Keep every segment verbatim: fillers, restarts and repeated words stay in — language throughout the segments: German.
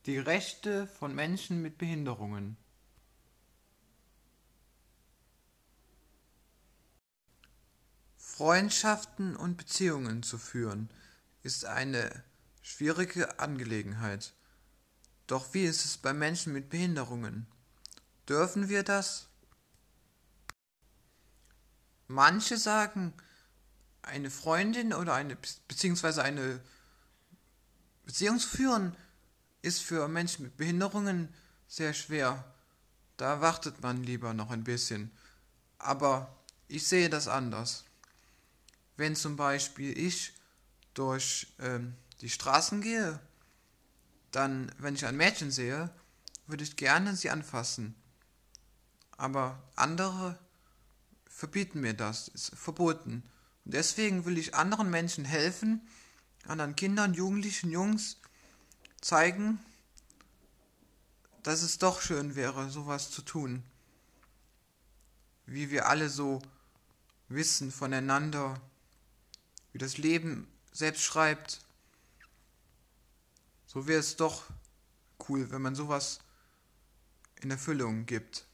Die Rechte von Menschen mit Behinderungen. Freundschaften und Beziehungen zu führen, ist eine schwierige Angelegenheit. Doch wie ist es bei Menschen mit Behinderungen? Dürfen wir das? Manche sagen, eine Freundin oder eine beziehungsweise eine Beziehung zu führen, ist für Menschen mit Behinderungen sehr schwer. Da wartet man lieber noch ein bisschen. Aber ich sehe das anders. Wenn zum Beispiel ich durch ähm, die Straßen gehe, dann, wenn ich ein Mädchen sehe, würde ich gerne sie anfassen. Aber andere verbieten mir das, ist verboten. Und deswegen will ich anderen Menschen helfen, anderen Kindern, Jugendlichen, Jungs zeigen, dass es doch schön wäre, sowas zu tun. Wie wir alle so wissen voneinander, wie das Leben selbst schreibt. So wäre es doch cool, wenn man sowas in Erfüllung gibt.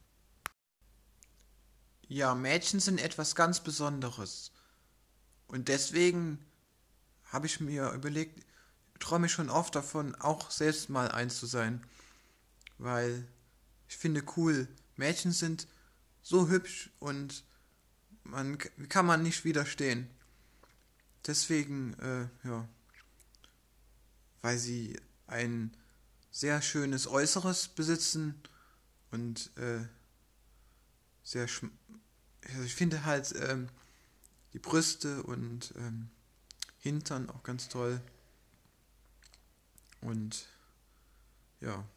Ja, Mädchen sind etwas ganz Besonderes. Und deswegen habe ich mir überlegt, träume ich schon oft davon, auch selbst mal eins zu sein. Weil ich finde cool, Mädchen sind so hübsch und man kann man nicht widerstehen. Deswegen, äh, ja, weil sie ein sehr schönes Äußeres besitzen und äh, sehr schm also ich finde halt ähm, die Brüste und ähm, Hintern auch ganz toll und ja.